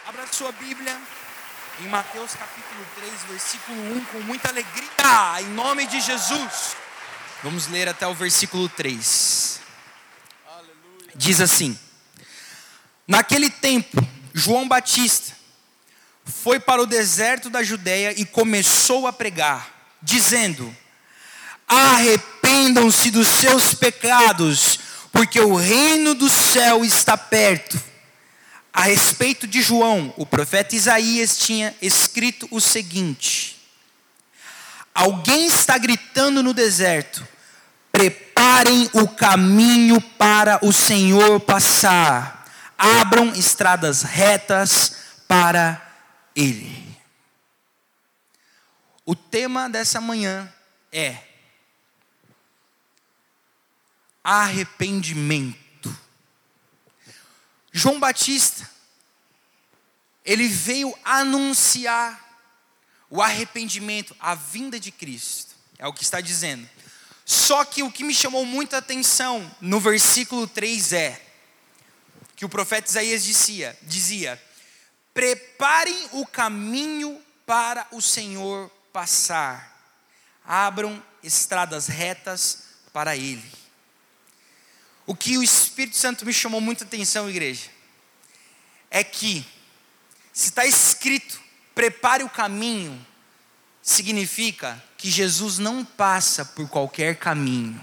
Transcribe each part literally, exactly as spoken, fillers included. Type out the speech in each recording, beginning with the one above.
Abra sua Bíblia em Mateus capítulo três, versículo um, com muita alegria, em nome de Jesus. Vamos ler até o versículo três. Aleluia. Diz assim: naquele tempo, João Batista foi para o deserto da Judeia e começou a pregar, dizendo: arrependam-se dos seus pecados, porque o reino do céu está perto. A respeito de João, o profeta Isaías tinha escrito o seguinte: alguém está gritando no deserto, preparem o caminho para o Senhor passar, abram estradas retas para Ele. O tema dessa manhã é arrependimento. João Batista, ele veio anunciar o arrependimento, a vinda de Cristo, é o que está dizendo. Só que o que me chamou muita atenção no versículo três é que o profeta Isaías dizia, dizia: preparem o caminho para o Senhor passar, abram estradas retas para Ele. O que o Espírito Santo me chamou muita atenção, igreja, é que se está escrito, prepare o caminho, significa que Jesus não passa por qualquer caminho.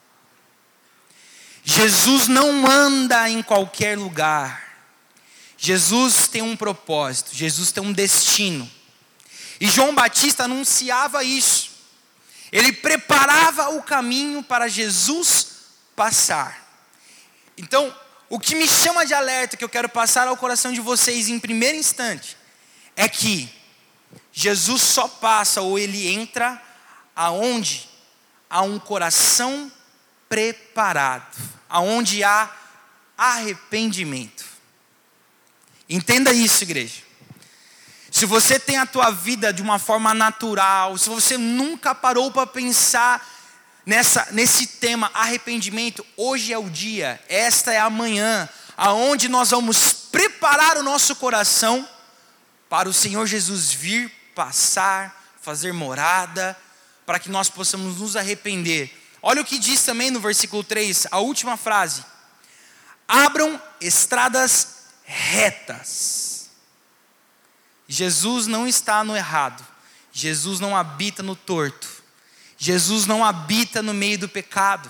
Jesus não anda em qualquer lugar. Jesus tem um propósito, Jesus tem um destino. E João Batista anunciava isso. Ele preparava o caminho para Jesus passar. Então, o que me chama de alerta, que eu quero passar ao coração de vocês em primeiro instante, é que Jesus só passa ou ele entra aonde há um coração preparado, aonde há arrependimento. Entenda isso, igreja. Se você tem a tua vida de uma forma natural, se você nunca parou para pensar Nessa, nesse tema, arrependimento, hoje é o dia, esta é a manhã, aonde nós vamos preparar o nosso coração para o Senhor Jesus vir, passar, fazer morada, para que nós possamos nos arrepender. Olha o que diz também no versículo três, a última frase: abram estradas retas. Jesus não está no errado, Jesus não habita no torto. Jesus não habita no meio do pecado.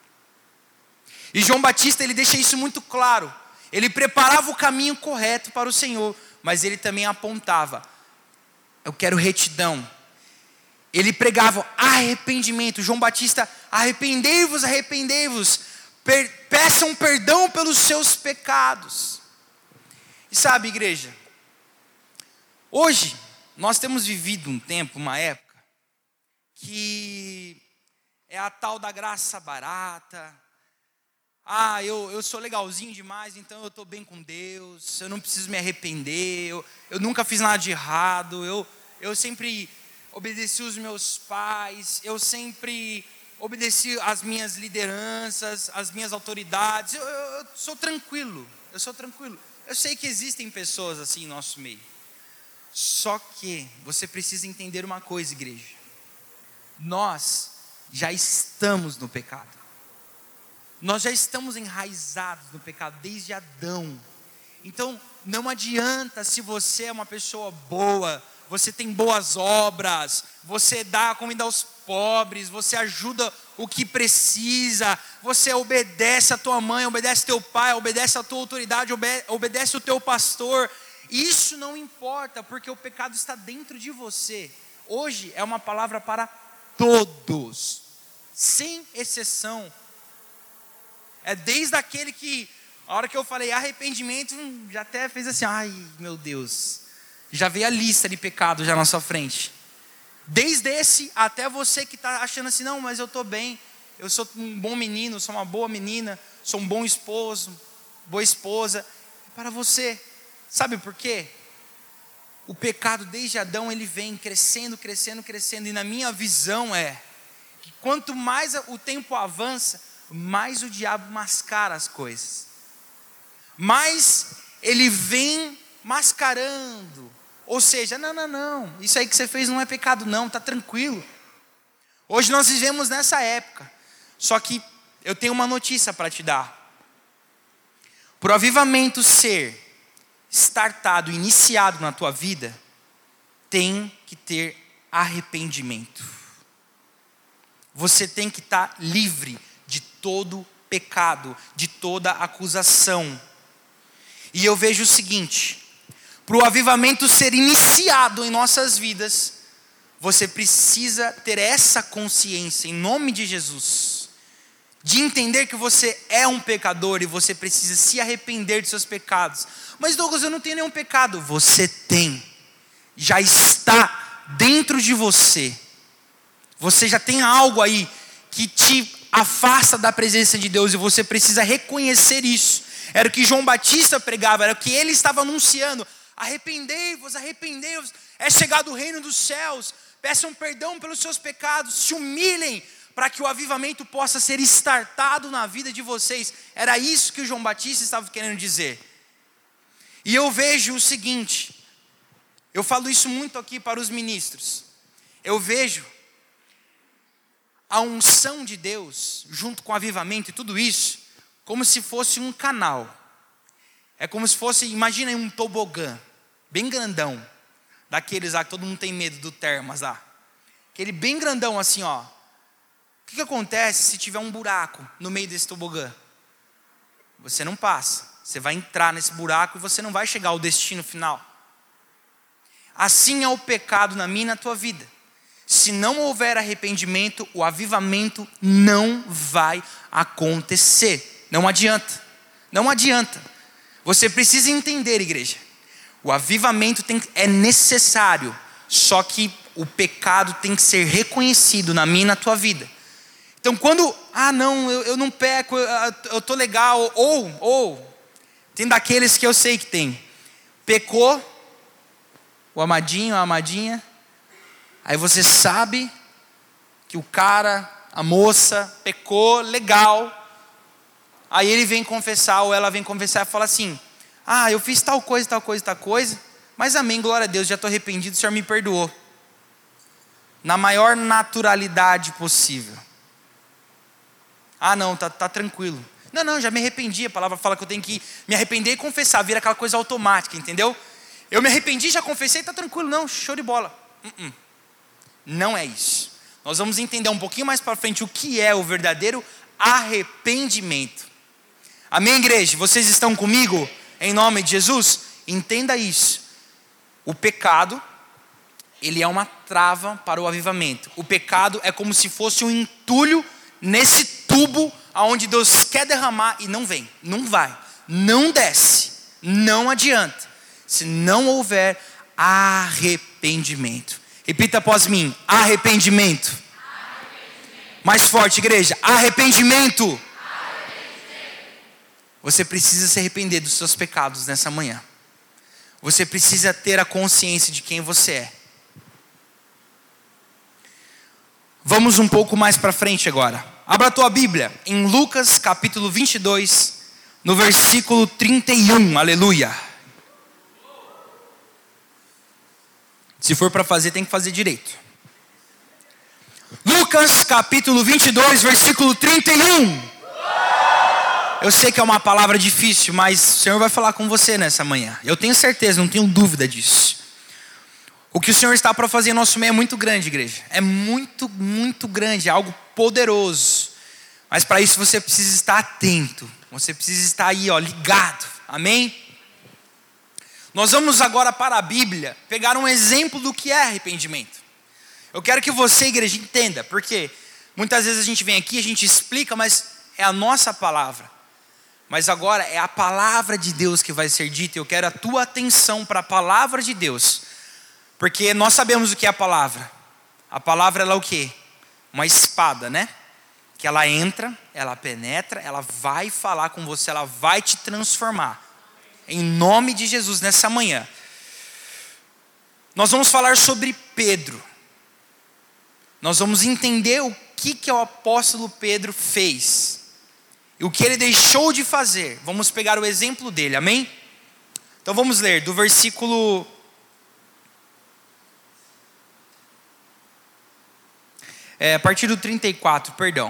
E João Batista, ele deixa isso muito claro. Ele preparava o caminho correto para o Senhor, mas ele também apontava: eu quero retidão. Ele pregava arrependimento. João Batista: arrependei-vos, arrependei-vos, per- peçam perdão pelos seus pecados. E sabe, igreja, hoje nós temos vivido um tempo, uma época, que é a tal da graça barata. Ah, eu, eu sou legalzinho demais, então eu estou bem com Deus, eu não preciso me arrepender, eu, eu nunca fiz nada de errado, eu, eu sempre obedeci os meus pais, eu sempre obedeci as minhas lideranças, as minhas autoridades, eu, eu, eu sou tranquilo, eu sou tranquilo. Eu sei que existem pessoas assim em nosso meio, só que você precisa entender uma coisa, igreja. Nós já estamos no pecado. Nós já estamos enraizados no pecado desde Adão. Então não adianta, se você é uma pessoa boa, você tem boas obras, você dá comida aos pobres, você ajuda o que precisa, você obedece a tua mãe, obedece teu pai, obedece a tua autoridade, obedece o teu pastor. Isso não importa, porque o pecado está dentro de você. Hoje é uma palavra para todos, sem exceção. É desde aquele que, a hora que eu falei arrependimento, já até fez assim: ai meu Deus, já veio a lista de pecados já na sua frente. Desde esse até você que está achando assim: não, mas eu estou bem, eu sou um bom menino, sou uma boa menina, sou um bom esposo, boa esposa. Para você, sabe por quê? O pecado desde Adão, ele vem crescendo, crescendo, crescendo. E na minha visão é que quanto mais o tempo avança, mais o diabo mascara as coisas. Mais ele vem mascarando. Ou seja, não, não, não, isso aí que você fez não é pecado não, está tranquilo. Hoje nós vivemos nessa época. Só que eu tenho uma notícia para te dar. Para o avivamento ser startado, iniciado na tua vida, tem que ter arrependimento. Você tem que estar livre de todo pecado, de toda acusação. E eu vejo o seguinte: para o avivamento ser iniciado em nossas vidas, você precisa ter essa consciência, em nome de Jesus, de entender que você é um pecador e você precisa se arrepender de seus pecados. Mas Douglas, eu não tenho nenhum pecado. Você tem, já está dentro de você. Você já tem algo aí que te afasta da presença de Deus e você precisa reconhecer isso. Era o que João Batista pregava, era o que ele estava anunciando. Arrependei-vos, arrependei-vos, é chegado o reino dos céus. Peçam perdão pelos seus pecados, se humilhem para que o avivamento possa ser startado na vida de vocês. Era isso que o João Batista estava querendo dizer. E eu vejo o seguinte, eu falo isso muito aqui para os ministros. Eu vejo a unção de Deus, junto com o avivamento e tudo isso, como se fosse um canal. É como se fosse, imagina um tobogã, bem grandão, daqueles lá que todo mundo tem medo do Termas lá. Aquele bem grandão assim, ó. O que, que acontece se tiver um buraco no meio desse tobogã? Você não passa. Você vai entrar nesse buraco e você não vai chegar ao destino final. Assim é o pecado na minha e na tua vida. Se não houver arrependimento, o avivamento não vai acontecer. Não adianta. Não adianta. Você precisa entender, igreja. O avivamento tem, é necessário. Só que o pecado tem que ser reconhecido na minha e na tua vida. Então quando, ah não, eu, eu não peco, eu estou legal. Ou, ou, tem daqueles que eu sei que tem. Pecou, o amadinho, a amadinha. Aí você sabe que o cara, a moça, pecou, legal. Aí ele vem confessar, ou ela vem confessar e fala assim: ah, eu fiz tal coisa, tal coisa, tal coisa, mas amém, glória a Deus, já estou arrependido, o Senhor me perdoou. Na maior naturalidade possível. Ah não, tá, tá tranquilo. Não, não, já me arrependi, a palavra fala que eu tenho que me arrepender e confessar, vira aquela coisa automática, entendeu? Eu me arrependi, já confessei, tá tranquilo, não, show de bola. Uh-uh. Não é isso. Nós vamos entender um pouquinho mais para frente o que é o verdadeiro arrependimento. Amém, igreja? Vocês estão comigo? Em nome de Jesus? Entenda isso. O pecado, ele é uma trava para o avivamento. O pecado é como se fosse um entulho nesse tubo aonde Deus quer derramar e não vem, não vai, não desce, não adianta, se não houver arrependimento. Repita após mim: arrependimento. Arrependimento. Mais forte, igreja: arrependimento. Arrependimento. Você precisa se arrepender dos seus pecados nessa manhã. Você precisa ter a consciência de quem você é. Vamos um pouco mais para frente agora. Abra a tua Bíblia em Lucas capítulo vinte e dois, no versículo trinta e um. Aleluia. Se for para fazer, tem que fazer direito. Lucas capítulo vinte e dois, versículo trinta e um. Eu sei que é uma palavra difícil, mas o Senhor vai falar com você nessa manhã. Eu tenho certeza, não tenho dúvida disso. O que o Senhor está para fazer em nosso meio é muito grande, igreja. É muito, muito grande, é algo poderoso. Mas para isso você precisa estar atento. Você precisa estar aí, ó, ligado. Amém? Nós vamos agora para a Bíblia pegar um exemplo do que é arrependimento. Eu quero que você, igreja, entenda, porque muitas vezes a gente vem aqui, a gente explica, mas é a nossa palavra. Mas agora é a palavra de Deus que vai ser dita. Eu quero a tua atenção para a palavra de Deus, porque nós sabemos o que é a palavra. A palavra ela é o quê? Uma espada, né? Que ela entra, ela penetra, ela vai falar com você, ela vai te transformar. Em nome de Jesus, nessa manhã. Nós vamos falar sobre Pedro. Nós vamos entender o que, que o apóstolo Pedro fez. E o que ele deixou de fazer. Vamos pegar o exemplo dele, amém? Então vamos ler do versículo... É, a partir do trinta e quatro, perdão.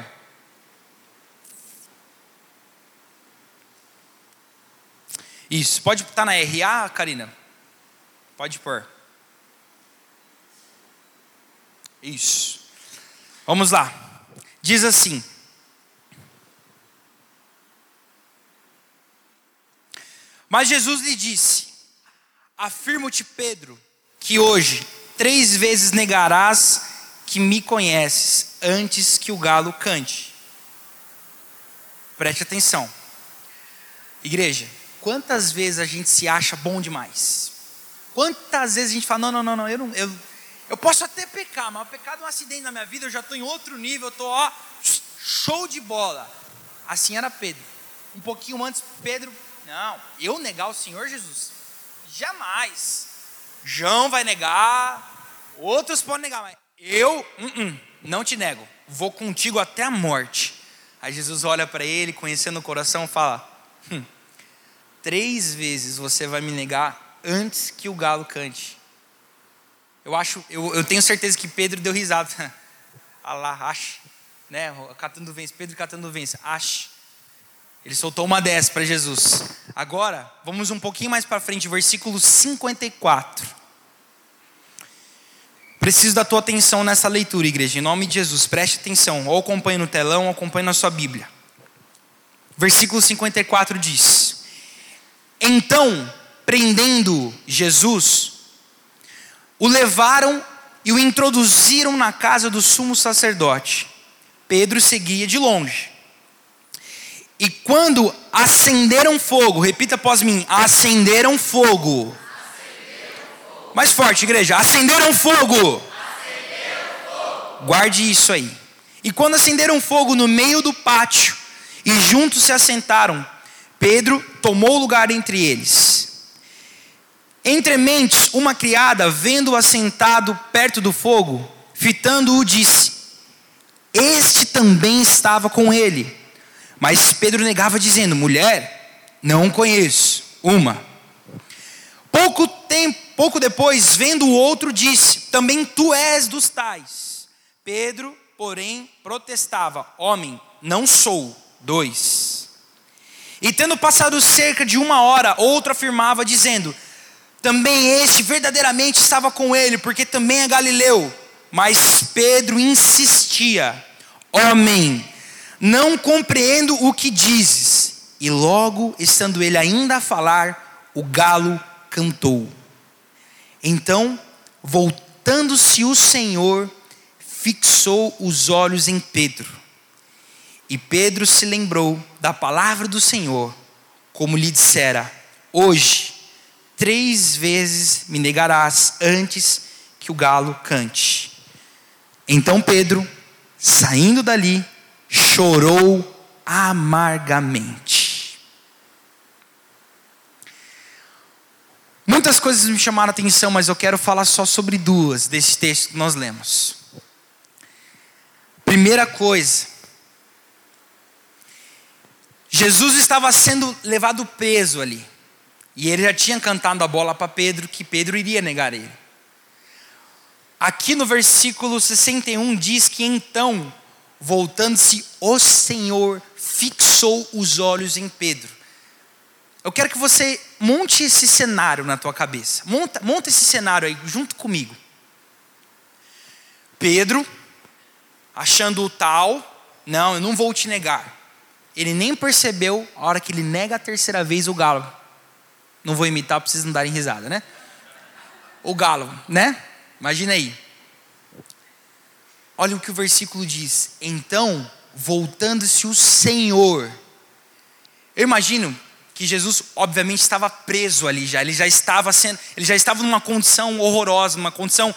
Isso, pode estar na R A, Karina? Pode pôr. Isso. Vamos lá. Diz assim: mas Jesus lhe disse: afirmo-te, Pedro, que hoje três vezes negarás que me conheces antes que o galo cante. Preste atenção. Igreja, quantas vezes a gente se acha bom demais? Quantas vezes a gente fala, não, não, não, não, eu não, eu, eu posso até pecar, mas o pecado é um acidente na minha vida, eu já estou em outro nível, eu estou, ó, show de bola. Assim era Pedro. Um pouquinho antes, Pedro, não, eu negar o Senhor Jesus? Jamais. João vai negar, outros podem negar, mas eu uh -uh, não te nego, vou contigo até a morte. Aí Jesus olha para ele, conhecendo o coração, e fala, hum, três vezes você vai me negar antes que o galo cante. Eu acho, eu, eu tenho certeza que Pedro deu risada. Ah lá, ache, né? Catando vence, Pedro catando vence, ache. Ele soltou uma dessa para Jesus. Agora, vamos um pouquinho mais para frente, versículo cinquenta e quatro. Preciso da tua atenção nessa leitura, igreja, em nome de Jesus, preste atenção, ou acompanhe no telão, ou acompanhe na sua Bíblia. Versículo cinquenta e quatro diz: então, prendendo Jesus, o levaram e o introduziram na casa do sumo sacerdote. Pedro seguia de longe. E quando acenderam fogo, repita após mim, acenderam fogo. Mais forte, igreja, acenderam fogo. Acenderam fogo. Guarde isso aí. E quando acenderam fogo no meio do pátio e juntos se assentaram, Pedro tomou lugar entre eles. Entre mentes, uma criada, vendo-o assentado perto do fogo, fitando-o, disse: este também estava com ele. Mas Pedro negava, dizendo: mulher, não conheço. Uma. Pouco tempo, pouco depois, vendo o outro, disse: também tu és dos tais. Pedro, porém, protestava: homem, não sou. Dois. E tendo passado cerca de uma hora, outro afirmava, dizendo: também este verdadeiramente estava com ele, porque também é galileu. Mas Pedro insistia: homem, não compreendo o que dizes. E logo, estando ele ainda a falar, o galo cantou. Então, voltando-se o Senhor, fixou os olhos em Pedro. E Pedro se lembrou da palavra do Senhor, como lhe dissera: hoje, três vezes me negarás antes que o galo cante. Então Pedro, saindo dali, chorou amargamente. Muitas coisas me chamaram a atenção, mas eu quero falar só sobre duas desse texto que nós lemos. Primeira coisa, Jesus estava sendo levado preso ali. E ele já tinha cantado a bola para Pedro, que Pedro iria negar ele. Aqui no versículo sessenta e um diz que então, voltando-se o Senhor, fixou os olhos em Pedro. Eu quero que você monte esse cenário na tua cabeça. Monta, monta esse cenário aí junto comigo. Pedro, achando o tal, não, eu não vou te negar. Ele nem percebeu a hora que ele nega a terceira vez o galo. Não vou imitar para vocês não darem risada, né? O galo, né? Imagina aí. Olha o que o versículo diz. Então, voltando-se o Senhor. Eu imagino que Jesus, obviamente, estava preso ali já. Ele já estava sendo, ele já estava numa condição horrorosa, numa condição.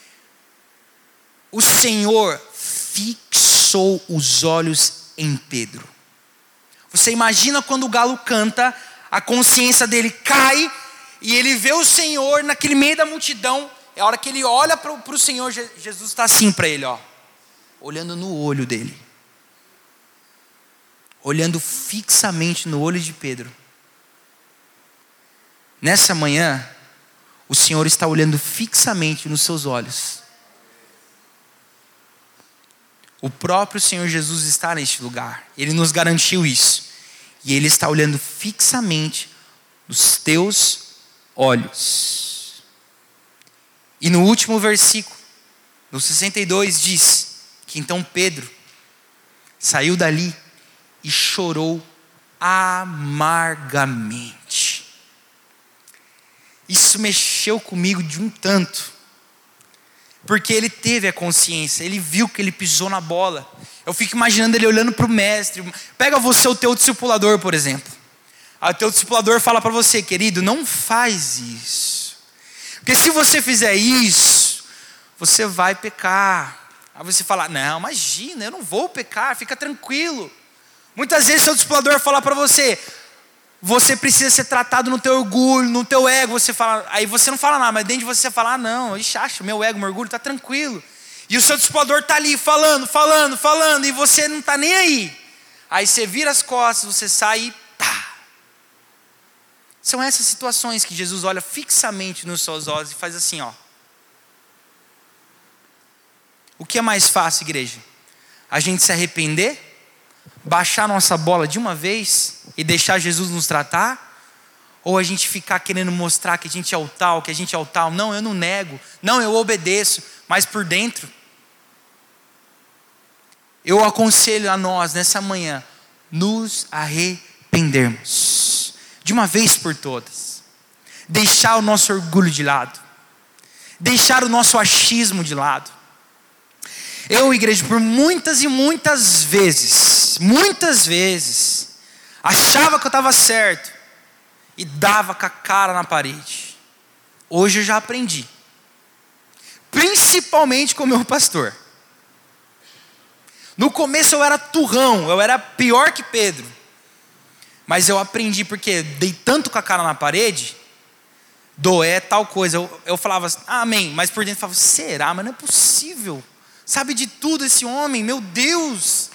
O Senhor fixou os olhos em Pedro. Você imagina quando o galo canta, a consciência dele cai e ele vê o Senhor naquele meio da multidão. É a hora que ele olha para o Senhor, Jesus está assim para ele, ó, olhando no olho dele, olhando fixamente no olho de Pedro. Nessa manhã, o Senhor está olhando fixamente nos seus olhos. O próprio Senhor Jesus está neste lugar. Ele nos garantiu isso. E Ele está olhando fixamente nos teus olhos. E no último versículo, no sessenta e dois, diz que então Pedro saiu dali e chorou amargamente. Isso mexeu comigo de um tanto, porque ele teve a consciência, ele viu que ele pisou na bola. Eu fico imaginando ele olhando para o mestre. Pega você, o teu discipulador, por exemplo. Aí o teu discipulador fala para você: querido, não faz isso, porque se você fizer isso, você vai pecar. Aí você fala: não, imagina, eu não vou pecar, fica tranquilo. Muitas vezes seu discipulador fala para você: você precisa ser tratado no teu orgulho, no teu ego. Você fala, aí você não fala nada, mas dentro de você fala: ah, não, ixi, acha, meu ego, meu orgulho está tranquilo. E o seu discipulador está ali falando, falando, falando, e você não está nem aí. Aí você vira as costas, você sai e tá. São essas situações que Jesus olha fixamente nos seus olhos e faz assim, ó. O que é mais fácil, igreja? A gente se arrepender, baixar nossa bola de uma vez e deixar Jesus nos tratar? Ou a gente ficar querendo mostrar que a gente é o tal, que a gente é o tal? Não, eu não nego, não, eu obedeço, mas por dentro, eu aconselho a nós nessa manhã, nos arrependermos, de uma vez por todas, deixar o nosso orgulho de lado, deixar o nosso achismo de lado. Eu, igreja, por muitas e muitas vezes, muitas vezes, achava que eu estava certo e dava com a cara na parede. Hoje eu já aprendi, principalmente com o meu pastor. No começo eu era turrão, eu era pior que Pedro, mas eu aprendi porque dei tanto com a cara na parede, doer tal coisa, eu, eu falava assim, amém, mas por dentro eu falava, será? Mas não é possível. Sabe de tudo esse homem, meu Deus.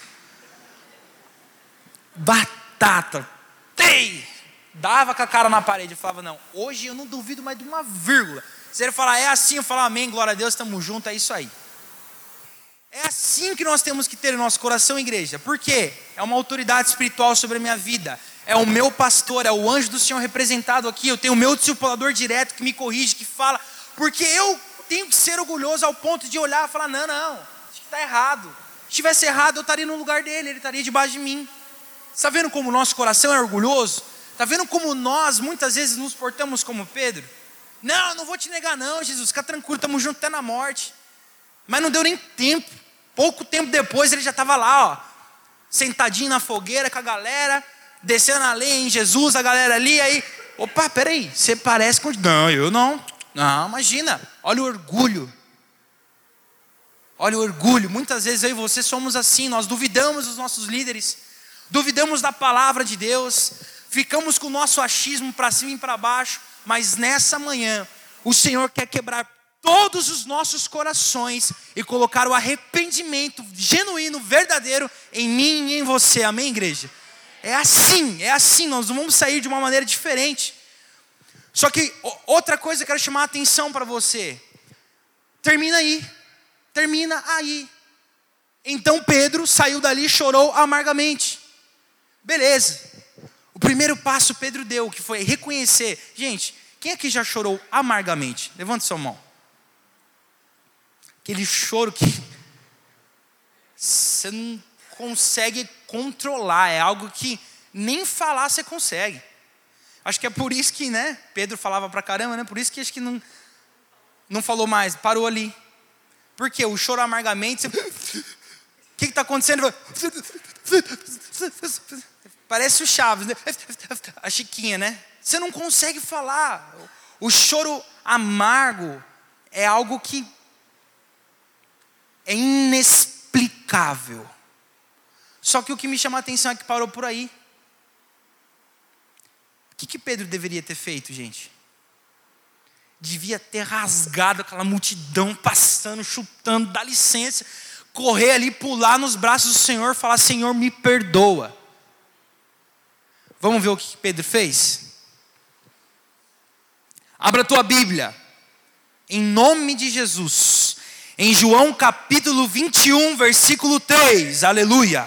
Batata. Tei. Dava com a cara na parede. Eu falava, não, hoje eu não duvido mais de uma vírgula. Se ele falar, é assim, eu falo, amém, glória a Deus, estamos juntos, é isso aí. É assim que nós temos que ter no nosso coração, igreja. Por quê? É uma autoridade espiritual sobre a minha vida. É o meu pastor, é o anjo do Senhor representado aqui. Eu tenho o meu discipulador direto que me corrige, que fala. Porque eu tenho que ser orgulhoso ao ponto de olhar e falar, não, não, acho que está errado. Se tivesse errado, eu estaria no lugar dele, ele estaria debaixo de mim. Está vendo como o nosso coração é orgulhoso? Está vendo como nós muitas vezes nos portamos como Pedro? Não, não vou te negar não, Jesus, fica tranquilo, estamos juntos até na morte. Mas não deu nem tempo. Pouco tempo depois ele já estava lá, ó, sentadinho na fogueira com a galera, descendo a lenha em Jesus, a galera ali, aí, opa, peraí, você parece com... Não, eu não. Não, imagina, olha o orgulho. Olha o orgulho. Muitas vezes eu e você somos assim. Nós duvidamos dos nossos líderes, duvidamos da palavra de Deus, ficamos com o nosso achismo para cima e para baixo. Mas nessa manhã o Senhor quer quebrar todos os nossos corações e colocar o arrependimento genuíno, verdadeiro em mim e em você. Amém, igreja? É assim, é assim. Nós não vamos sair de uma maneira diferente. Só que outra coisa que eu quero chamar a atenção para você. Termina aí. Termina aí. Então Pedro saiu dali e chorou amargamente. Beleza. O primeiro passo Pedro deu, que foi reconhecer. Gente, quem aqui já chorou amargamente? Levante sua mão. Aquele choro que você não consegue controlar. É algo que nem falar você consegue. Acho que é por isso que, né, Pedro falava pra caramba, né? Por isso que acho que não, não falou mais, parou ali. Por quê? O choro amargamente, você... o que está acontecendo? Parece o Chaves, né? A Chiquinha, né? Você não consegue falar. O choro amargo é algo que é inexplicável. Só que o que me chama a atenção é que parou por aí. O que, que Pedro deveria ter feito, gente? Devia ter rasgado aquela multidão, passando, chutando, dá licença, correr ali, pular nos braços do Senhor, falar, Senhor, me perdoa. Vamos ver o que Pedro fez? Abra a tua Bíblia, em nome de Jesus, em João capítulo vinte e um, versículo três, aleluia.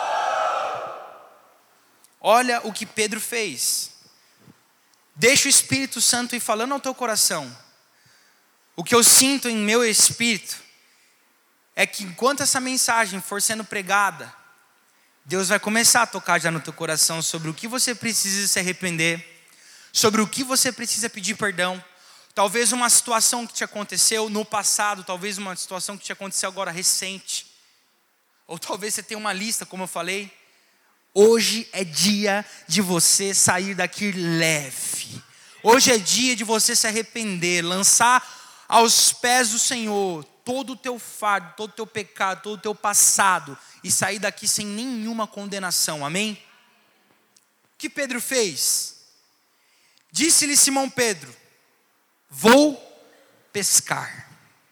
Olha o que Pedro fez. Deixa o Espírito Santo ir falando ao teu coração. O que eu sinto em meu espírito é que enquanto essa mensagem for sendo pregada, Deus vai começar a tocar já no teu coração sobre o que você precisa se arrepender, sobre o que você precisa pedir perdão. Talvez uma situação que te aconteceu no passado, talvez uma situação que te aconteceu agora recente. Ou talvez você tenha uma lista, como eu falei. Hoje é dia de você sair daqui leve. Hoje é dia de você se arrepender, lançar aos pés do Senhor todo o teu fardo, todo o teu pecado, todo o teu passado e sair daqui sem nenhuma condenação, amém? O que Pedro fez? Disse-lhe Simão Pedro: vou pescar.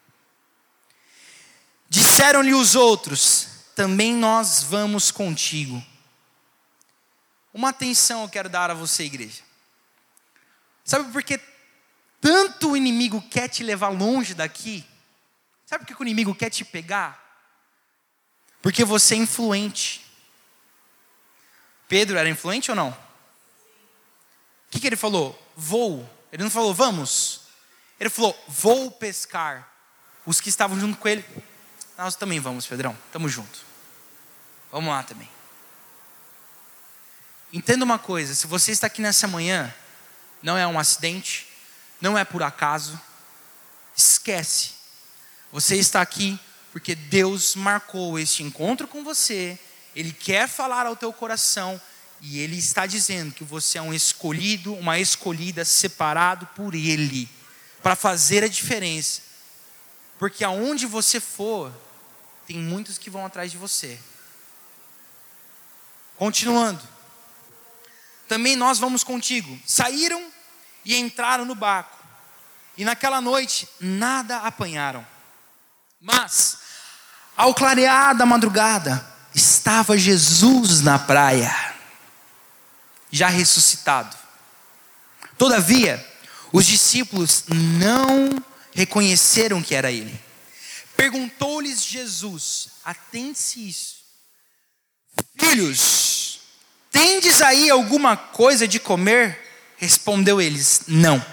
Disseram-lhe os outros: também nós vamos contigo. Uma atenção eu quero dar a você, igreja. Sabe por que tanto o inimigo quer te levar longe daqui? Sabe por que o inimigo quer te pegar? Porque você é influente. Pedro era influente ou não? O que, que ele falou? Vou. Ele não falou vamos. Ele falou vou pescar. Os que estavam junto com ele: nós também vamos, Pedrão. Tamo junto. Vamos lá também. Entenda uma coisa, se você está aqui nessa manhã, não é um acidente, não é por acaso, esquece. Você está aqui porque Deus marcou este encontro com você, Ele quer falar ao teu coração, e Ele está dizendo que você é um escolhido, uma escolhida, separado por Ele, para fazer a diferença. Porque aonde você for, tem muitos que vão atrás de você. Continuando. Também nós vamos contigo. Saíram e entraram no barco. E naquela noite nada apanharam. Mas, ao clarear da madrugada, estava Jesus na praia, já ressuscitado. Todavia, os discípulos não reconheceram que era ele. Perguntou-lhes Jesus: atente-se isso. Filhos, tendes aí alguma coisa de comer? Respondeu eles: não.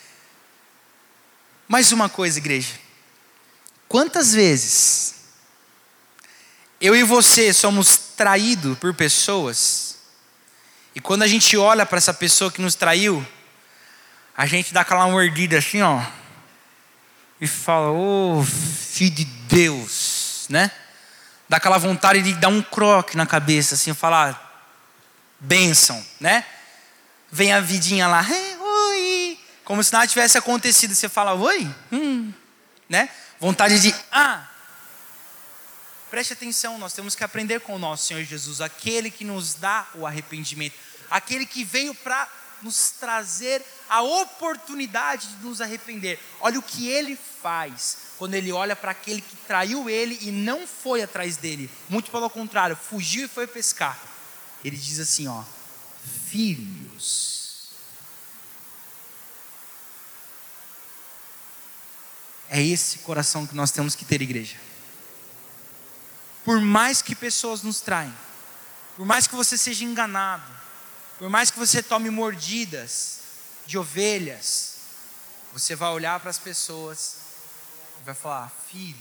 Mais uma coisa, igreja. Quantas vezes eu e você somos traídos por pessoas, e quando a gente olha para essa pessoa que nos traiu, a gente dá aquela mordida assim, ó, e fala: ô filho de Deus, né? Dá aquela vontade de dar um croque na cabeça, assim, falar bênção, né? Vem a vidinha lá, oi, como se nada tivesse acontecido. Você fala: oi, hum, né? Vontade de, ah, preste atenção, nós temos que aprender com o nosso Senhor Jesus, aquele que nos dá o arrependimento, aquele que veio para nos trazer a oportunidade de nos arrepender. Olha o que ele faz, quando ele olha para aquele que traiu ele e não foi atrás dele, muito pelo contrário, fugiu e foi pescar. Ele diz assim, ó: filhos. É esse coração que nós temos que ter, igreja. Por mais que pessoas nos traem, por mais que você seja enganado, por mais que você tome mordidas de ovelhas, você vai olhar para as pessoas e vai falar: filho,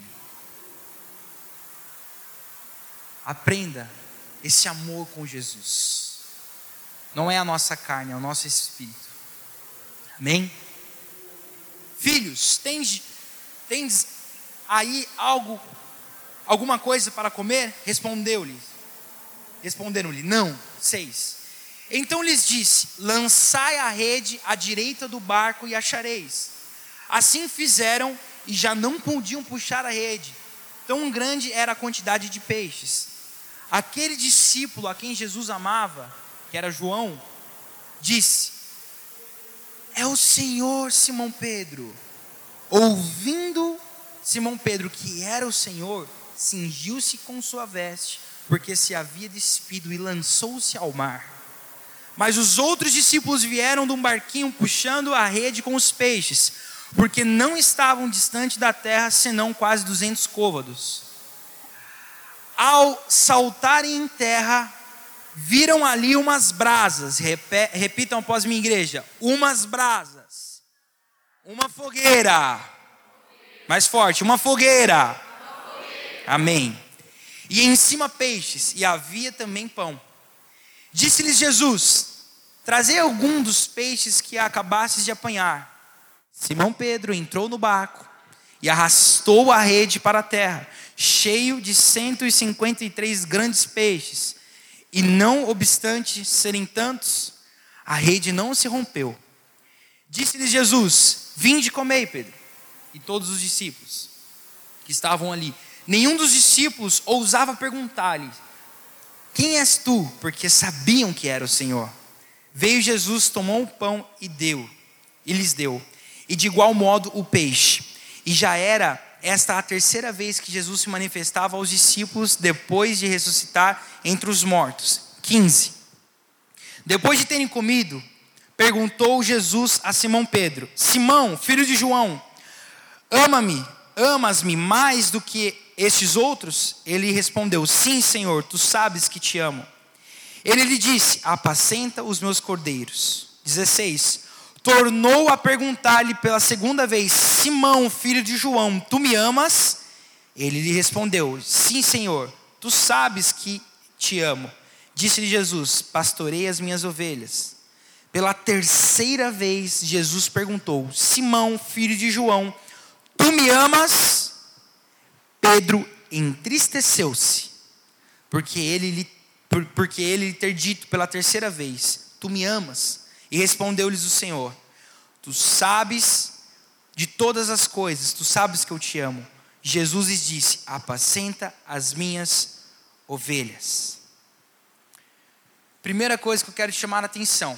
aprenda esse amor com Jesus. Não é a nossa carne, é o nosso espírito. Amém? Filhos, tens, tens aí algo, alguma coisa para comer? Respondeu-lhe. Responderam-lhe: não. Seis. Então lhes disse: lançai a rede à direita do barco e achareis. Assim fizeram e já não podiam puxar a rede, tão grande era a quantidade de peixes. Aquele discípulo a quem Jesus amava, que era João, disse: é o Senhor, Simão Pedro. Ouvindo Simão Pedro que era o Senhor, cingiu-se com sua veste, porque se havia despido, e lançou-se ao mar. Mas os outros discípulos vieram de um barquinho puxando a rede com os peixes, porque não estavam distante da terra, senão quase duzentos côvados. Ao saltarem em terra, viram ali umas brasas. Repe- repitam após minha igreja: umas brasas, uma fogueira. Mais forte, uma fogueira. Uma fogueira. Amém. E em cima peixes, e havia também pão. Disse-lhes Jesus: trazei algum dos peixes que acabastes de apanhar. Simão Pedro entrou no barco e arrastou a rede para a terra, cheio de cento e cinquenta e três grandes peixes. E não obstante serem tantos, a rede não se rompeu. Disse-lhes Jesus: vinde e comei, Pedro. E todos os discípulos que estavam ali, nenhum dos discípulos ousava perguntar-lhe: quem és tu? Porque sabiam que era o Senhor. Veio Jesus, tomou o pão e deu, e lhes deu, e de igual modo o peixe. E já era esta a terceira vez que Jesus se manifestava aos discípulos depois de ressuscitar entre os mortos. quinze. Depois de terem comido, perguntou Jesus a Simão Pedro: Simão, filho de João, ama-me, amas-me mais do que estes outros? Ele respondeu: sim, Senhor, tu sabes que te amo. Ele lhe disse: apacenta os meus cordeiros. dezesseis. Tornou a perguntar-lhe pela segunda vez: Simão, filho de João, tu me amas? Ele lhe respondeu: sim, Senhor, tu sabes que te amo. Disse-lhe Jesus: pastorei as minhas ovelhas. Pela terceira vez Jesus perguntou: Simão, filho de João, tu me amas? Pedro entristeceu-se, porque ele lhe, por, porque ele lhe ter dito pela terceira vez: tu me amas? E respondeu-lhes o Senhor: tu sabes de todas as coisas, tu sabes que eu te amo. Jesus lhes disse: apacenta as minhas ovelhas. Primeira coisa que eu quero te chamar a atenção: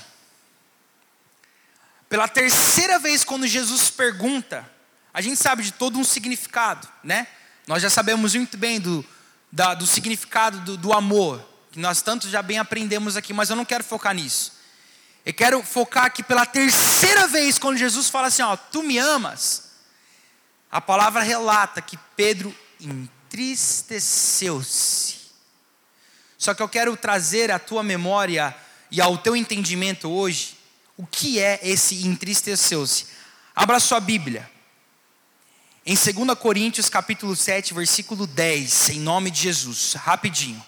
pela terceira vez, quando Jesus pergunta, a gente sabe de todo um significado, né? Nós já sabemos muito bem do, da, do significado do, do amor, que nós tanto já bem aprendemos aqui, mas eu não quero focar nisso. Eu quero focar aqui pela terceira vez, quando Jesus fala assim: ó, tu me amas. A palavra relata que Pedro entristeceu-se. Só que eu quero trazer à tua memória e ao teu entendimento hoje, o que é esse entristeceu-se. Abra sua Bíblia em dois Coríntios capítulo sete, versículo dez, em nome de Jesus, rapidinho.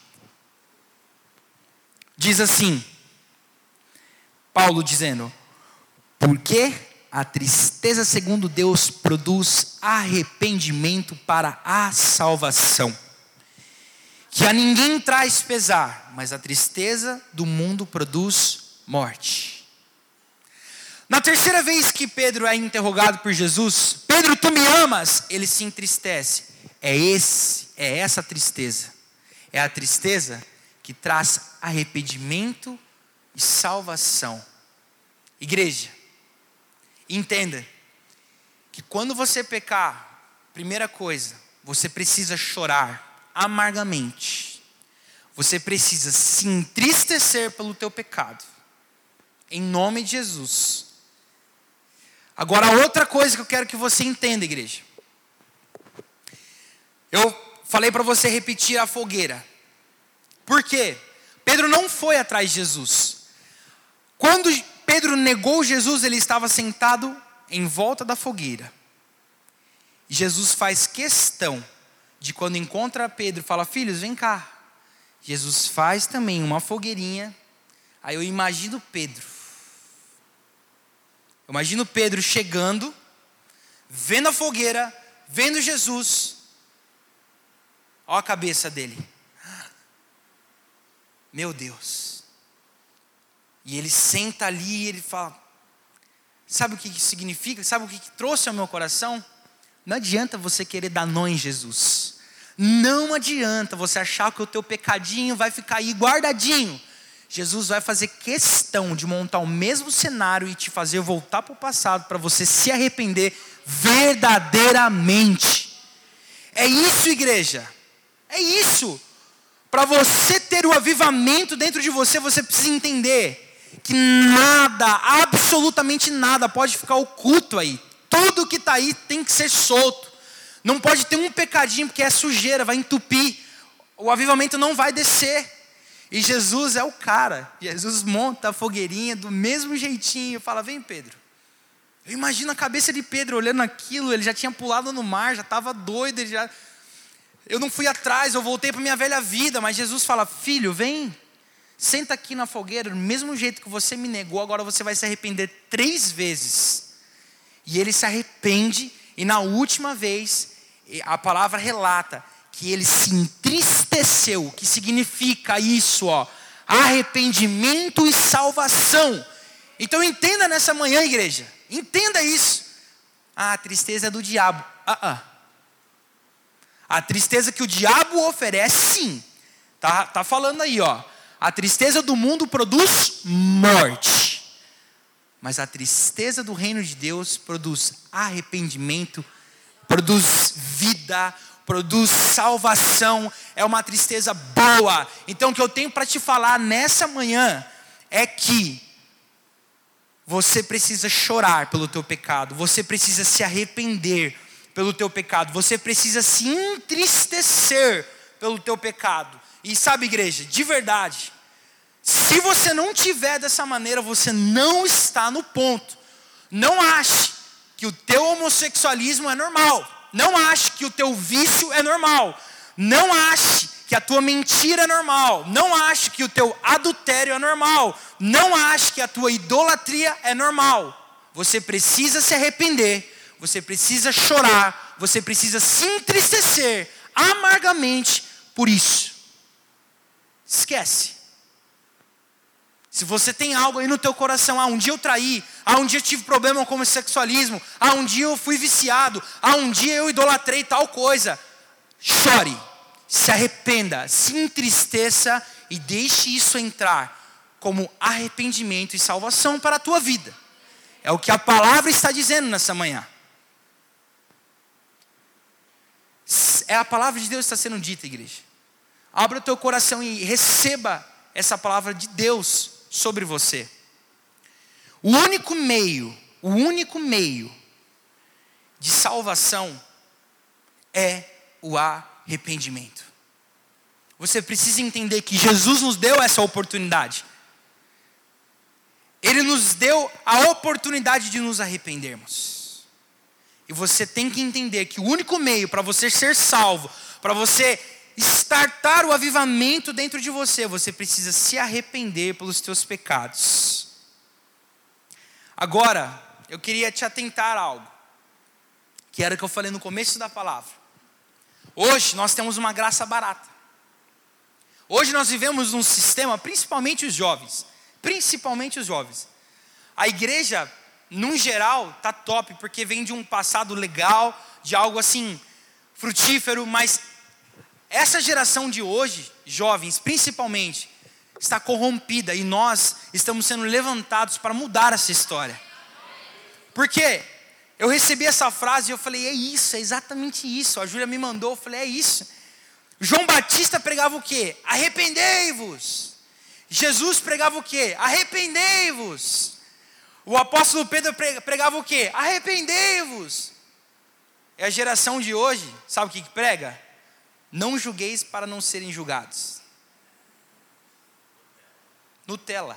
Diz assim, Paulo dizendo: porque a tristeza segundo Deus produz arrependimento para a salvação, que a ninguém traz pesar, mas a tristeza do mundo produz morte. Na terceira vez que Pedro é interrogado por Jesus: Pedro, tu me amas? Ele se entristece. É esse, é essa tristeza. É a tristeza que traz arrependimento e salvação. Igreja, entenda que quando você pecar, primeira coisa, você precisa chorar amargamente. Você precisa se entristecer pelo teu pecado, em nome de Jesus. Agora, outra coisa que eu quero que você entenda, igreja. Eu falei para você repetir a fogueira. Por quê? Pedro não foi atrás de Jesus. Quando Pedro negou Jesus, ele estava sentado em volta da fogueira. Jesus faz questão de, quando encontra Pedro, fala: filhos, vem cá. Jesus faz também uma fogueirinha. Aí eu imagino Pedro. Eu imagino Pedro chegando, vendo a fogueira, vendo Jesus. Olha a cabeça dele. Meu Deus. E ele senta ali e ele fala: sabe o que isso significa? Sabe o que trouxe ao meu coração? Não adianta você querer dar nó em Jesus. Não adianta você achar que o teu pecadinho vai ficar aí guardadinho. Jesus vai fazer questão de montar o mesmo cenário e te fazer voltar para o passado, para você se arrepender verdadeiramente. É isso, igreja. É isso. Para você ter o avivamento dentro de você, você precisa entender que nada, absolutamente nada pode ficar oculto aí. Tudo que está aí tem que ser solto. Não pode ter um pecadinho, porque é sujeira, vai entupir. O avivamento não vai descer. E Jesus é o cara. Jesus monta a fogueirinha do mesmo jeitinho. Fala, vem Pedro. Eu imagino a cabeça de Pedro olhando aquilo. Ele já tinha pulado no mar, já estava doido. Ele já... Eu não fui atrás, eu voltei para a minha velha vida. Mas Jesus fala, filho, vem. Senta aqui na fogueira, do mesmo jeito que você me negou, agora você vai se arrepender três vezes. E ele se arrepende, e na última vez, a palavra relata que ele se entristeceu, que significa isso, ó, arrependimento e salvação. Então entenda nessa manhã, igreja, entenda isso. Ah, a tristeza é do diabo. Ah, ah. A tristeza que o diabo oferece, sim. Tá, tá falando aí, ó. A tristeza do mundo produz morte. Mas a tristeza do reino de Deus produz arrependimento, produz vida, produz salvação. É uma tristeza boa. Então o que eu tenho para te falar nessa manhã é que você precisa chorar pelo teu pecado. Você precisa se arrepender pelo teu pecado. Você precisa se entristecer pelo teu pecado. E sabe, igreja, de verdade, se você não tiver dessa maneira, você não está no ponto. Não ache que o teu homossexualismo é normal. Não ache que o teu vício é normal. Não ache que a tua mentira é normal. Não ache que o teu adultério é normal. Não ache que a tua idolatria é normal. Você precisa se arrepender. Você precisa chorar. Você precisa se entristecer amargamente por isso. Esquece. Se você tem algo aí no teu coração, ah, um dia eu traí, ah, um dia eu tive problema com o sexualismo, ah, um dia eu fui viciado, ah, um dia eu idolatrei tal coisa. Chore, se arrependa, se entristeça e deixe isso entrar como arrependimento e salvação para a tua vida. É o que a palavra está dizendo nessa manhã. É a palavra de Deus que está sendo dita, igreja. Abra o teu coração e receba essa palavra de Deus sobre você. O único meio, o único meio de salvação é o arrependimento. Você precisa entender que Jesus nos deu essa oportunidade. Ele nos deu a oportunidade de nos arrependermos. E você tem que entender que o único meio para você ser salvo, para você startar o avivamento dentro de você, você precisa se arrepender pelos teus pecados. Agora, eu queria te atentar a algo, que era o que eu falei no começo da palavra. Hoje nós temos uma graça barata. Hoje nós vivemos num sistema, principalmente os jovens, principalmente os jovens. A igreja, num geral, está top, porque vem de um passado legal, de algo assim, frutífero, mas essa geração de hoje, jovens principalmente, está corrompida e nós estamos sendo levantados para mudar essa história. Porque eu recebi essa frase e eu falei, é isso, é exatamente isso. A Júlia me mandou, eu falei, é isso. João Batista pregava o quê? Arrependei-vos. Jesus pregava o quê? Arrependei-vos. O apóstolo Pedro pregava o quê? Arrependei-vos. E a geração de hoje, sabe o que prega? Não julgueis para não serem julgados. Nutella.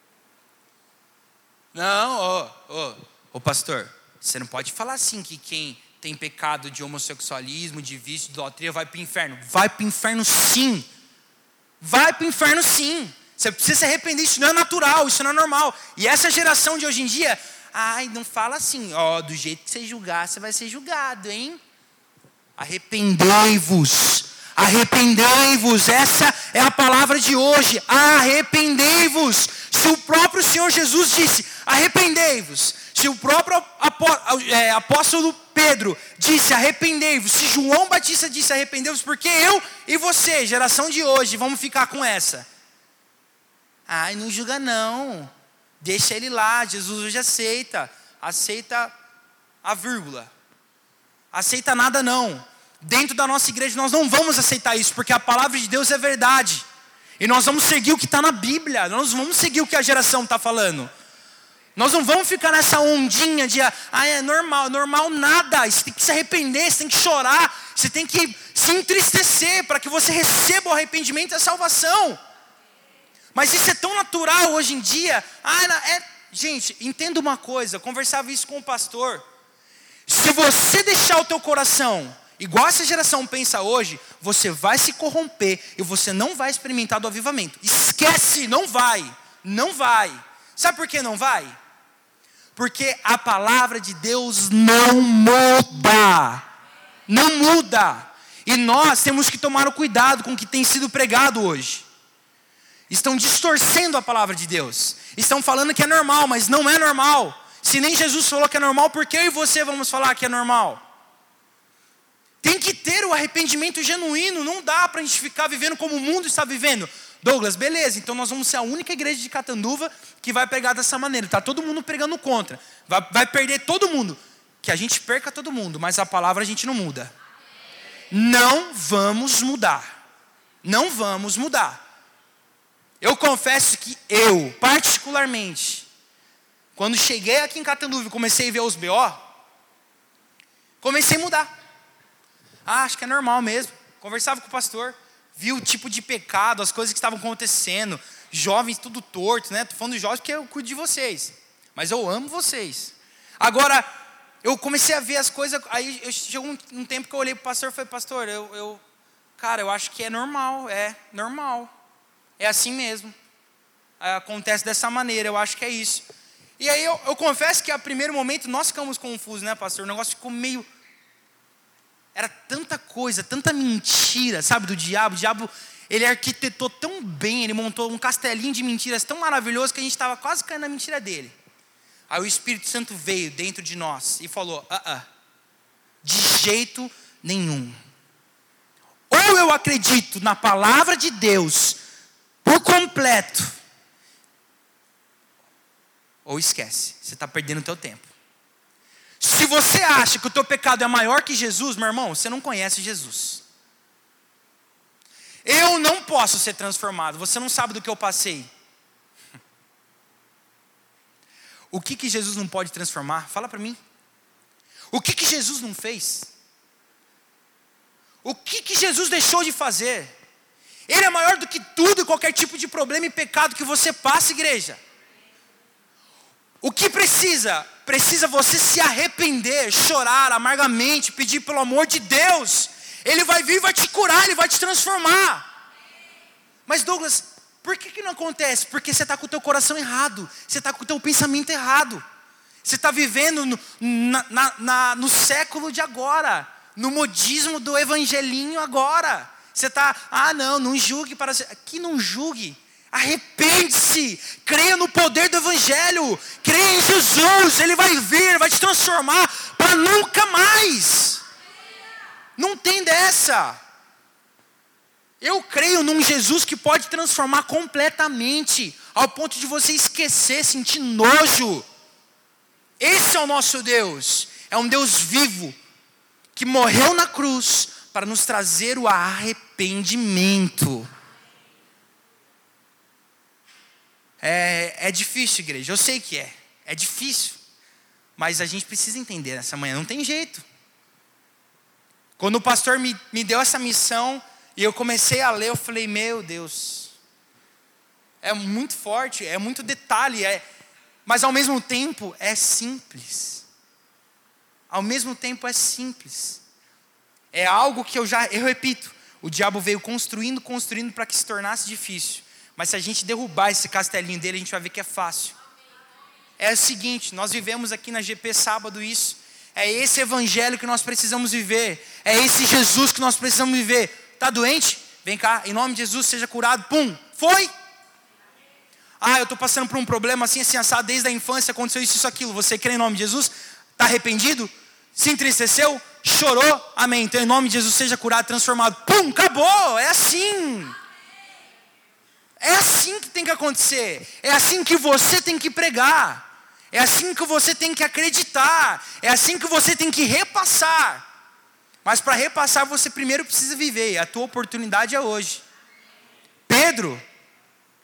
Não, ô, ô, ô pastor, você não pode falar assim que quem tem pecado de homossexualismo, de vício, de idolatria, vai para o inferno. Vai para o inferno sim. Vai para o inferno sim. Você precisa se arrepender, isso não é natural, isso não é normal. E essa geração de hoje em dia, ai, não fala assim, ó, do jeito que você julgar, você vai ser julgado, hein? Arrependei-vos, arrependei-vos, essa é a palavra de hoje, arrependei-vos. Se o próprio Senhor Jesus disse, arrependei-vos, se o próprio apóstolo Pedro disse, arrependei-vos, se João Batista disse, arrependei-vos, porque eu e você, geração de hoje, vamos ficar com essa? Ai, não julga não, deixa ele lá, Jesus hoje aceita, aceita a vírgula. Aceita nada não. Dentro da nossa igreja nós não vamos aceitar isso, porque a palavra de Deus é verdade. E nós vamos seguir o que está na Bíblia. Nós vamos seguir o que a geração está falando. Nós não vamos ficar nessa ondinha de, ah, é normal, normal nada. Você tem que se arrepender, você tem que chorar, você tem que se entristecer para que você receba o arrependimento e a salvação. Mas isso é tão natural hoje em dia. Ah, é... Gente, entenda uma coisa, eu conversava isso com o pastor. Se você deixar o teu coração, igual essa geração pensa hoje, você vai se corromper e você não vai experimentar do avivamento. Esquece, não vai, não vai. Sabe por que não vai? Porque a palavra de Deus não muda. Não muda. E nós temos que tomar o cuidado com o que tem sido pregado hoje. Estão distorcendo a palavra de Deus. Estão falando que é normal, mas não é normal. Se nem Jesus falou que é normal, por que eu e você vamos falar que é normal? Tem que ter o arrependimento genuíno. Não dá para a gente ficar vivendo como o mundo está vivendo. Douglas, beleza, então nós vamos ser a única igreja de Catanduva que vai pregar dessa maneira. Está todo mundo pregando contra. Vai, vai perder todo mundo. Que a gente perca todo mundo, mas a palavra a gente não muda. Não vamos mudar. Não vamos mudar. Eu confesso que eu, particularmente, quando cheguei aqui em Catanduva e comecei a ver os B O, comecei a mudar. Ah, acho que é normal mesmo. Conversava com o pastor. Vi o tipo de pecado, as coisas que estavam acontecendo. Jovens tudo torto, né? Estou falando de jovens porque eu cuido de vocês. Mas eu amo vocês. Agora, eu comecei a ver as coisas. Aí eu, chegou um, um tempo que eu olhei para o pastor e falei, pastor, eu, eu, cara, eu acho que é normal. É normal. É assim mesmo. Acontece dessa maneira, eu acho que é isso. E aí eu, eu confesso que a primeiro momento nós ficamos confusos, né, pastor? O negócio ficou meio... Era tanta coisa, tanta mentira, sabe, do diabo. O diabo, ele arquitetou tão bem, ele montou um castelinho de mentiras tão maravilhoso que a gente estava quase caindo na mentira dele. Aí o Espírito Santo veio dentro de nós e falou, ah, ah, de jeito nenhum. Ou eu acredito na palavra de Deus por completo, ou esquece, você está perdendo o teu tempo. Se você acha que o teu pecado é maior que Jesus, meu irmão, você não conhece Jesus. Eu não posso ser transformado, você não sabe do que eu passei. O que que Jesus não pode transformar? Fala para mim. O que que Jesus não fez? O que que Jesus deixou de fazer? Ele é maior do que tudo e qualquer tipo de problema e pecado que você passa, igreja. O que precisa? Precisa você se arrepender, chorar amargamente, pedir pelo amor de Deus. Ele vai vir e vai te curar, Ele vai te transformar. Mas Douglas, por que que não acontece? Porque você está com o teu coração errado. Você está com o teu pensamento errado. Você está vivendo no, na, na, na, no século de agora. No modismo do evangelinho agora. Você está, ah não, não julgue para... Aqui não julgue. Arrepende-se, creia no poder do Evangelho, creia em Jesus, Ele vai vir, vai te transformar para nunca mais. Não tem dessa. Eu creio num Jesus que pode transformar completamente, ao ponto de você esquecer, sentir nojo. Esse é o nosso Deus, é um Deus vivo, que morreu na cruz para nos trazer o arrependimento. É, é difícil, igreja, eu sei que é, é difícil, mas a gente precisa entender nessa manhã, não tem jeito. Quando o pastor me, me deu essa missão, e eu comecei a ler, eu falei, meu Deus, é muito forte, é muito detalhe, é, mas ao mesmo tempo é simples, ao mesmo tempo é simples, é algo que eu já, eu repito, o diabo veio construindo, construindo para que se tornasse difícil. Mas se a gente derrubar esse castelinho dele, a gente vai ver que é fácil. É o seguinte, nós vivemos aqui na G P sábado isso. É esse evangelho que nós precisamos viver. É esse Jesus que nós precisamos viver. Está doente? Vem cá, em nome de Jesus, seja curado. Pum, foi? Ah, eu estou passando por um problema assim, assim, assado, desde a infância, aconteceu isso, isso, aquilo. Você crê em nome de Jesus? Está arrependido? Se entristeceu? Chorou? Amém. Então em nome de Jesus, seja curado, transformado. Pum, acabou, é assim. É assim que tem que acontecer. É assim que você tem que pregar. É assim que você tem que acreditar. É assim que você tem que repassar. Mas para repassar você primeiro precisa viver. E a tua oportunidade é hoje. Pedro,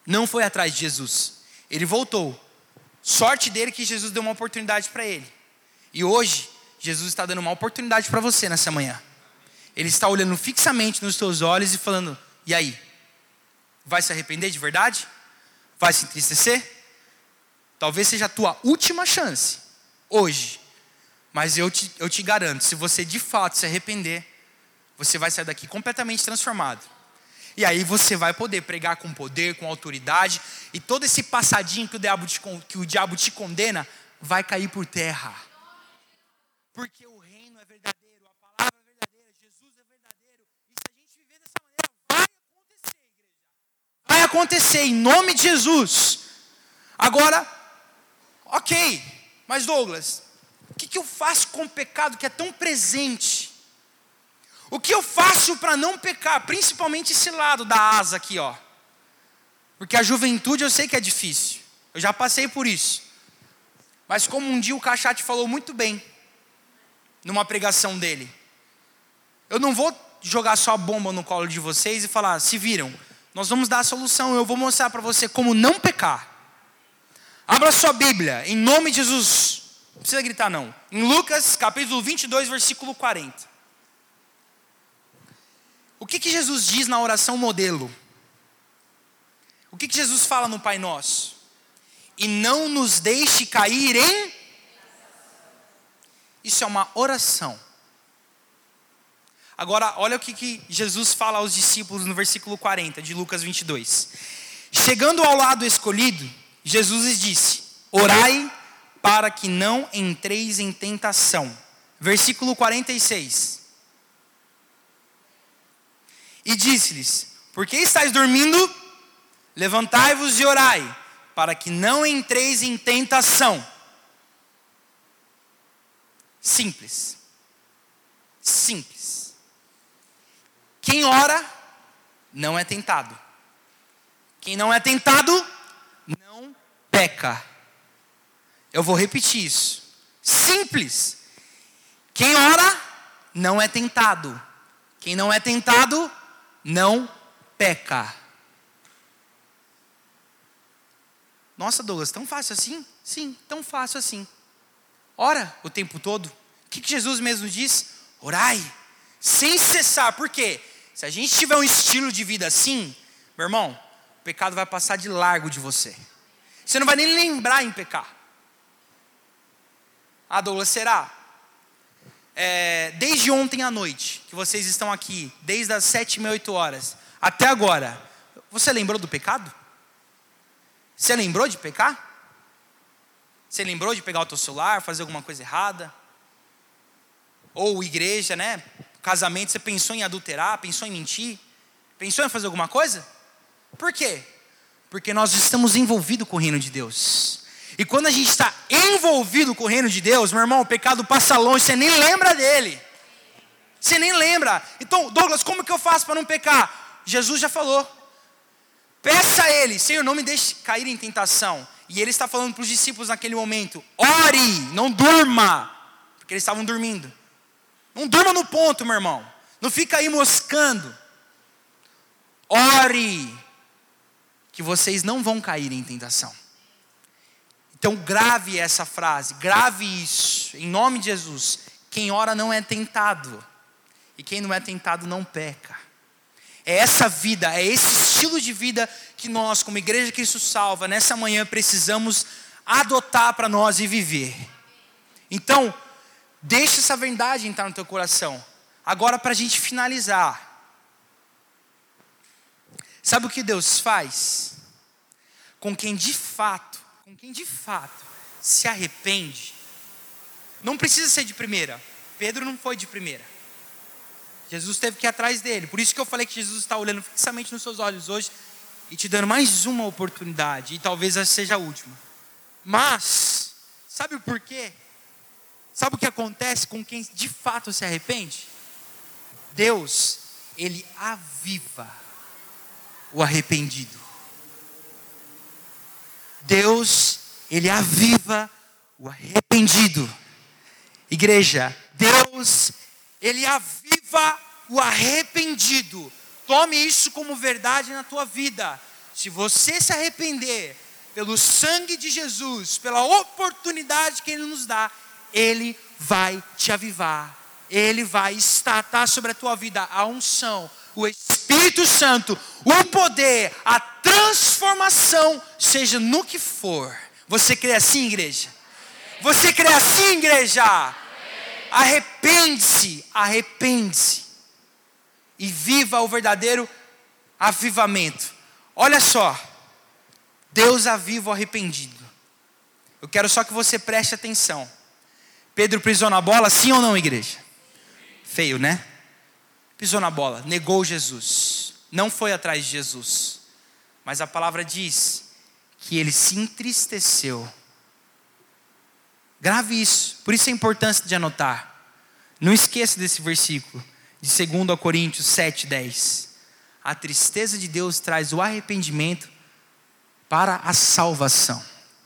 não foi atrás de Jesus. Ele voltou. Sorte dele que Jesus deu uma oportunidade para ele. E hoje, Jesus está dando uma oportunidade para você nessa manhã. Ele está olhando fixamente nos teus olhos e falando: e aí? Vai se arrepender de verdade? Vai se entristecer? Talvez seja a tua última chance, hoje. Mas eu te, eu te garanto, se você de fato se arrepender, você vai sair daqui completamente transformado. E aí você vai poder pregar com poder, com autoridade. E todo esse passadinho que o diabo te, que o diabo te condena, vai cair por terra. Porque o reino é verdadeiro, a palavra é verdadeira, Jesus é verdadeiro. E se a gente viver dessa maneira, vai acontecer, igreja. Vai acontecer, em nome de Jesus. Agora, ok, mas Douglas, o que, que eu faço com o pecado que é tão presente? O que eu faço para não pecar? Principalmente esse lado da asa aqui, ó. Porque a juventude eu sei que é difícil. Eu já passei por isso. Mas como um dia o Cachate falou muito bem, numa pregação dele. Eu não vou jogar só a bomba no colo de vocês e falar: se viram, nós vamos dar a solução. Eu vou mostrar para você como não pecar. Abra sua Bíblia, em nome de Jesus. Não precisa gritar não. Em Lucas capítulo vinte e dois, versículo quarenta. O que que Jesus diz na oração modelo? O que que Jesus fala no Pai Nosso? E não nos deixe cair em... Isso é uma oração. Agora, olha o que que Jesus fala aos discípulos no versículo quarenta de Lucas vinte e dois. Chegando ao lado escolhido, Jesus lhes disse: orai para que não entreis em tentação. Versículo quarenta e seis. E disse-lhes: por que estáis dormindo? Levantai-vos e orai, para que não entreis em tentação. Simples. Simples. Quem ora, não é tentado. Quem não é tentado, não peca. Eu vou repetir isso. Simples. Quem ora, não é tentado. Quem não é tentado, não peca. Nossa, Douglas, tão fácil assim? Sim, tão fácil assim. Ora o tempo todo. O que que Jesus mesmo diz? Orai, sem cessar. Por quê? Se a gente tiver um estilo de vida assim, meu irmão, o pecado vai passar de largo de você. Você não vai nem lembrar em pecar. Ah, Douglas, será? É, desde ontem à noite, que vocês estão aqui, desde as sete e meia, oito horas, até agora, você lembrou do pecado? Você lembrou de pecar? Você lembrou de pegar o teu celular, fazer alguma coisa errada? Ou igreja, né? Casamento, você pensou em adulterar, pensou em mentir? Pensou em fazer alguma coisa? Por quê? Porque nós estamos envolvidos com o reino de Deus. E quando a gente está envolvido com o reino de Deus, meu irmão, o pecado passa longe, você nem lembra dele. Você nem lembra. Então, Douglas, como que eu faço para não pecar? Jesus já falou. Peça a ele: Senhor, não me deixe cair em tentação. E ele está falando para os discípulos naquele momento: ore, não durma. Porque eles estavam dormindo. Não durma no ponto, meu irmão. Não fica aí moscando. Ore, que vocês não vão cair em tentação. Então grave essa frase, grave isso, em nome de Jesus. Quem ora não é tentado. E quem não é tentado não peca. É essa vida, é esse estilo de vida que nós, como Igreja Cristo Salva, nessa manhã precisamos adotar para nós e viver. Então, deixa essa verdade entrar no teu coração. Agora, para a gente finalizar. Sabe o que Deus faz? Com quem de fato, com quem de fato se arrepende. Não precisa ser de primeira. Pedro não foi de primeira. Jesus teve que ir atrás dele. Por isso que eu falei que Jesus está olhando fixamente nos seus olhos hoje e te dando mais uma oportunidade. E talvez essa seja a última. Mas, sabe por quê? Sabe o que acontece com quem de fato se arrepende? Deus, Ele aviva o arrependido. Deus, Ele aviva o arrependido. Igreja, Deus, Ele aviva o arrependido. Tome isso como verdade na tua vida. Se você se arrepender pelo sangue de Jesus, pela oportunidade que Ele nos dá, Ele vai te avivar. Ele vai estatar sobre a tua vida a unção, o Espírito Santo, o poder, a transformação, seja no que for. Você crê assim, igreja? Você crê assim, igreja? Arrepende-se, arrepende-se. E viva o verdadeiro avivamento. Olha só. Deus aviva o arrependido. Eu quero só que você preste atenção. Pedro pisou na bola, sim ou não, igreja? Feio, né? Pisou na bola, negou Jesus. Não foi atrás de Jesus. Mas a palavra diz que ele se entristeceu. Grave isso. Por isso a importância de anotar. Não esqueça desse versículo. De dois Coríntios sete, dez. A tristeza de Deus traz o arrependimento para a salvação.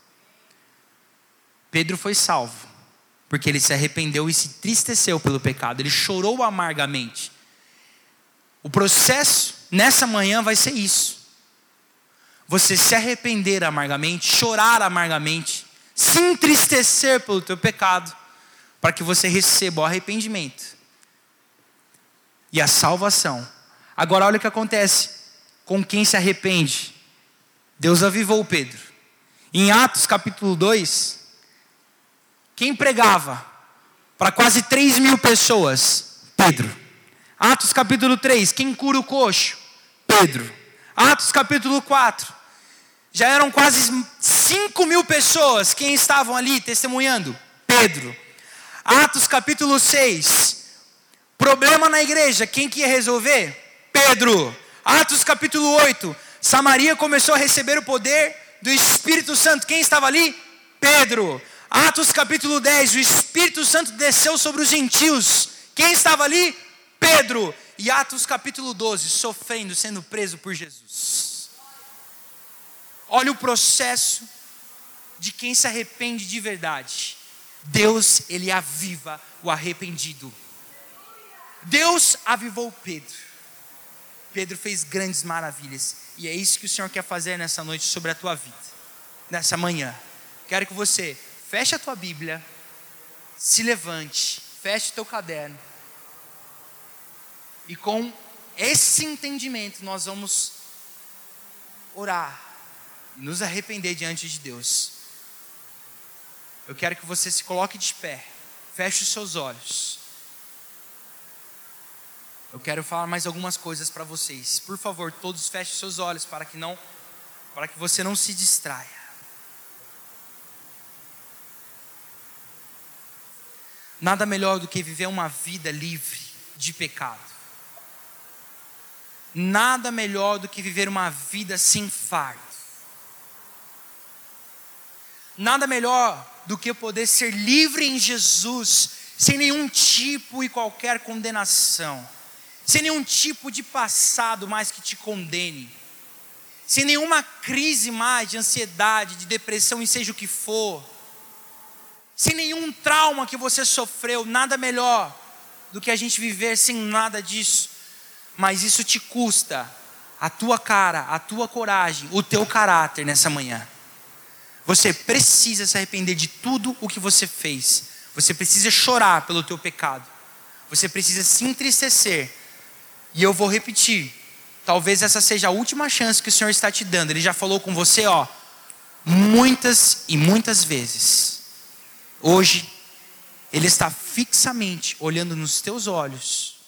Pedro foi salvo porque ele se arrependeu e se entristeceu pelo pecado. Ele chorou amargamente. O processo nessa manhã vai ser isso. Você se arrepender amargamente, chorar amargamente, se entristecer pelo teu pecado, para que você receba o arrependimento e a salvação. Agora olha o que acontece com quem se arrepende. Deus avivou Pedro. Em Atos capítulo dois, quem pregava para quase três mil pessoas? Pedro. Atos capítulo três, quem cura o coxo? Pedro. Atos capítulo quatro, já eram quase cinco mil pessoas, quem estavam ali testemunhando? Pedro. Atos capítulo seis, problema na igreja, quem que ia resolver? Pedro. Atos capítulo oito, Samaria começou a receber o poder do Espírito Santo, quem estava ali? Pedro. Atos capítulo dez, o Espírito Santo desceu sobre os gentios, quem estava ali? Pedro. E Atos capítulo doze, sofrendo, sendo preso por Jesus. Olha o processo de quem se arrepende de verdade. Deus, Ele aviva o arrependido. Deus avivou Pedro. Pedro fez grandes maravilhas. E é isso que o Senhor quer fazer nessa noite sobre a tua vida. Nessa manhã. Quero que você feche a tua Bíblia, se levante, feche o teu caderno. E com esse entendimento nós vamos orar e nos arrepender diante de Deus. Eu quero que você se coloque de pé, feche os seus olhos. Eu quero falar mais algumas coisas para vocês. Por favor, todos fechem os seus olhos para que não, para que você não se distraia. Nada melhor do que viver uma vida livre de pecado. Nada melhor do que viver uma vida sem fardo. Nada melhor do que poder ser livre em Jesus, sem nenhum tipo e qualquer condenação, sem nenhum tipo de passado mais que te condene, sem nenhuma crise mais de ansiedade, de depressão e seja o que for, sem nenhum trauma que você sofreu. Nada melhor do que a gente viver sem nada disso. Mas isso te custa a tua cara, a tua coragem, o teu caráter nessa manhã. Você precisa se arrepender de tudo o que você fez. Você precisa chorar pelo teu pecado. Você precisa se entristecer. E eu vou repetir. Talvez essa seja a última chance que o Senhor está te dando. Ele já falou com você, ó, muitas e muitas vezes. Hoje, Ele está fixamente olhando nos teus olhos.